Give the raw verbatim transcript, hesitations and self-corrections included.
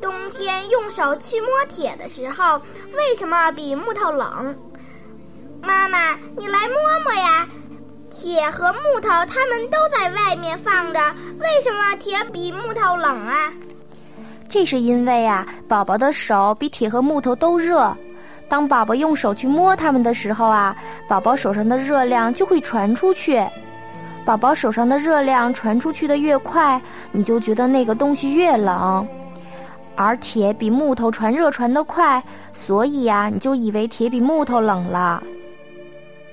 冬天用手去摸铁的时候，为什么比木头冷？妈妈，你来摸摸呀，铁和木头它们都在外面放着，为什么铁比木头冷啊？ 这是因为啊，宝宝的手比铁和木头都热。当宝宝用手去摸它们的时候啊，宝宝手上的热量就会传出去。宝宝手上的热量传出去的越快，你就觉得那个东西越冷。而铁比木头传热传得快，所以啊，你就以为铁比木头冷了。